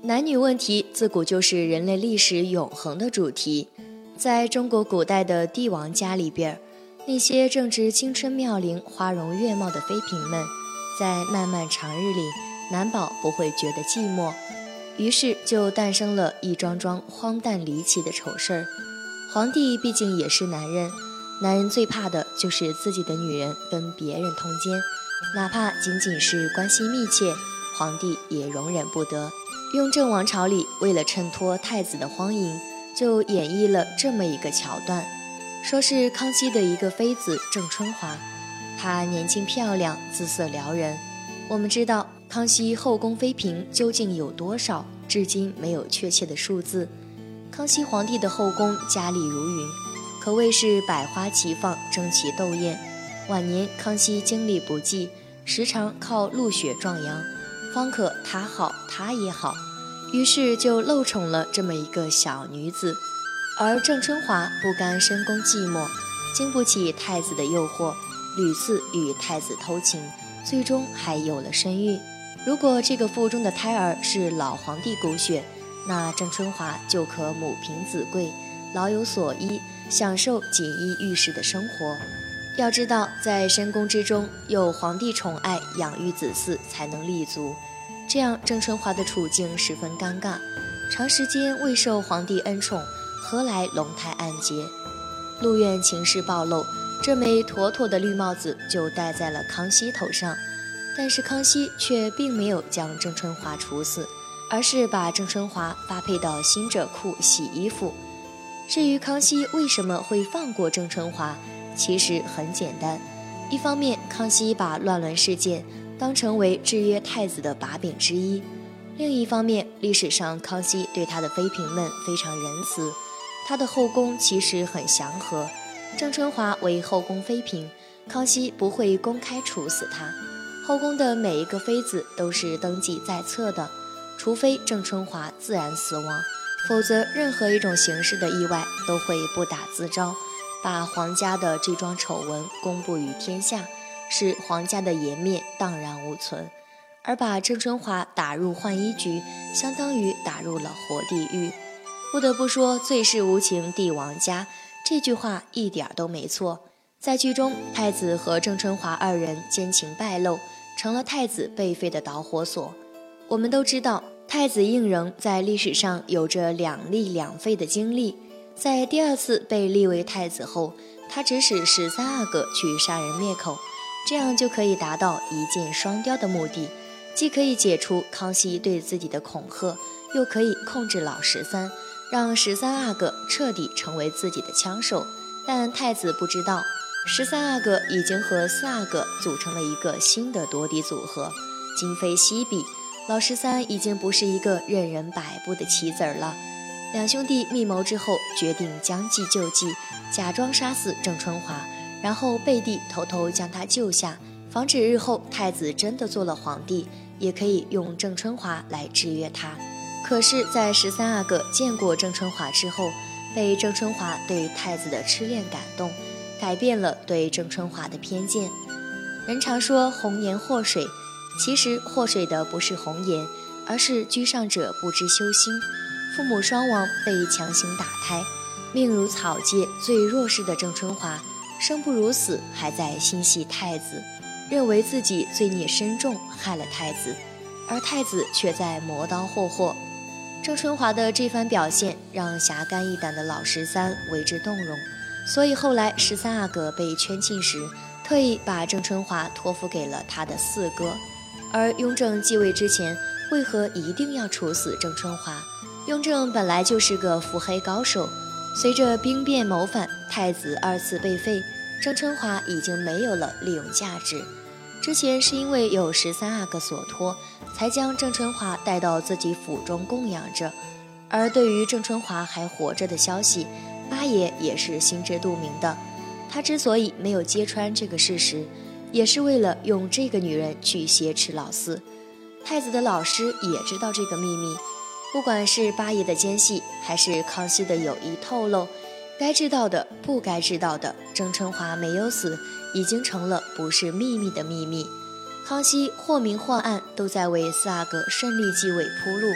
男女问题自古就是人类历史永恒的主题。在中国古代的帝王家里边，那些正值青春妙龄、花容月貌的妃嫔们，在漫漫长日里难保不会觉得寂寞，于是就诞生了一桩桩荒诞离奇的丑事儿。皇帝毕竟也是男人，男人最怕的就是自己的女人跟别人通奸，哪怕仅仅是关系密切，皇帝也容忍不得。雍正王朝里，为了衬托太子的荒淫，就演绎了这么一个桥段，说是康熙的一个妃子郑春华，她年轻漂亮，姿色撩人。我们知道康熙后宫妃嫔究竟有多少，至今没有确切的数字。康熙皇帝的后宫佳丽如云，可谓是百花齐放，争奇斗艳。晚年康熙精力不济，时常靠露血壮阳，方可他好他也好，于是就漏宠了这么一个小女子。而郑春华不甘深宫寂寞，经不起太子的诱惑，屡次与太子偷情，最终还有了身孕。如果这个腹中的胎儿是老皇帝骨血，那郑春华就可母凭子贵，老有所依，享受锦衣玉食的生活。要知道，在深宫之中，有皇帝宠爱，养育子嗣才能立足。这样郑春华的处境十分尴尬，长时间未受皇帝恩宠，何来龙胎暗结？陆院情势暴露，这枚妥妥的绿帽子就戴在了康熙头上。但是康熙却并没有将郑春华处死，而是把郑春华发配到新者库洗衣服。至于康熙为什么会放过郑春华，其实很简单。一方面，康熙把乱伦事件当成为制约太子的把柄之一；另一方面，历史上康熙对他的妃嫔们非常仁慈，他的后宫其实很祥和。郑春华为后宫妃嫔，康熙不会公开处死他，后宫的每一个妃子都是登记在册的，除非郑春华自然死亡，否则任何一种形式的意外都会不打自招，把皇家的这桩丑闻公布于天下，使皇家的颜面荡然无存。而把郑春华打入浣衣局，相当于打入了活地狱。不得不说，最是无情帝王家，这句话一点都没错。在剧中，太子和郑春华二人奸情败露，成了太子被废的导火索。我们都知道，太子胤禛在历史上有着两立两废的经历。在第二次被立为太子后，他指使13阿哥去杀人灭口，这样就可以达到一箭双雕的目的，既可以解除康熙对自己的恐吓，又可以控制老13，让13阿哥彻底成为自己的枪手。但太子不知道，13阿哥已经和4阿哥组成了一个新的夺嫡组合，今非昔比，老13已经不是一个任人摆布的棋子了。两兄弟密谋之后，决定将计就计，假装杀死郑春华，然后背地偷偷将他救下，防止日后太子真的做了皇帝，也可以用郑春华来制约他。可是在13阿哥见过郑春华之后，被郑春华对太子的痴恋感动，改变了对郑春华的偏见。人常说红颜祸水，其实祸水的不是红颜，而是居上者不知修心。父母双亡，被强行打胎，命如草芥，最弱势的郑春华生不如死，还在心系太子，认为自己罪孽深重，害了太子，而太子却在磨刀霍霍。郑春华的这番表现让侠肝义胆的老13为之动容，所以后来13阿哥被圈禁时，特意把郑春华托付给了他的4哥。而雍正继位之前，为何一定要处死郑春华？雍正本来就是个腹黑高手，随着兵变谋反，太子2次被废，郑春华已经没有了利用价值。之前是因为有13阿哥所托，才将郑春华带到自己府中供养着。而对于郑春华还活着的消息，八爷也是心知肚明的。他之所以没有揭穿这个事实，也是为了用这个女人去挟持老4。太子的老师也知道这个秘密，不管是八爷的奸细，还是康熙的有意透露，该知道的不该知道的，郑春华没有死，已经成了不是秘密的秘密。康熙或明或暗都在为4阿哥顺利继位铺路，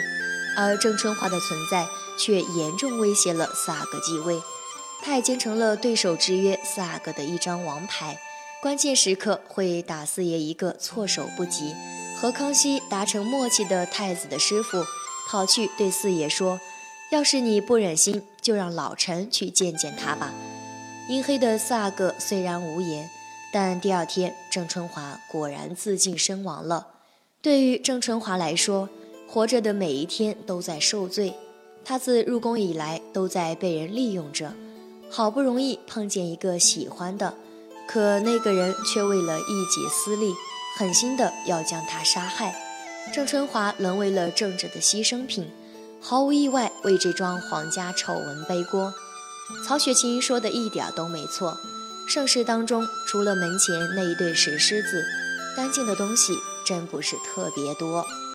而郑春华的存在却严重威胁了四阿哥继位，他已经成了对手制约四阿哥的一张王牌，关键时刻会打四爷一个措手不及。和康熙达成默契的太子的师傅跑去对四爷说，要是你不忍心，就让老臣去见见他吧。阴黑的四阿哥虽然无言，但第二天郑春华果然自尽身亡了。对于郑春华来说，活着的每一天都在受罪，他自入宫以来都在被人利用着，好不容易碰见一个喜欢的，可那个人却为了一己私利，狠心的要将他杀害。郑春华沦为了政治的牺牲品，毫无意外为这桩皇家丑闻背锅。曹雪芹说的一点都没错，盛世当中除了门前那一对石狮子，干净的东西真不是特别多。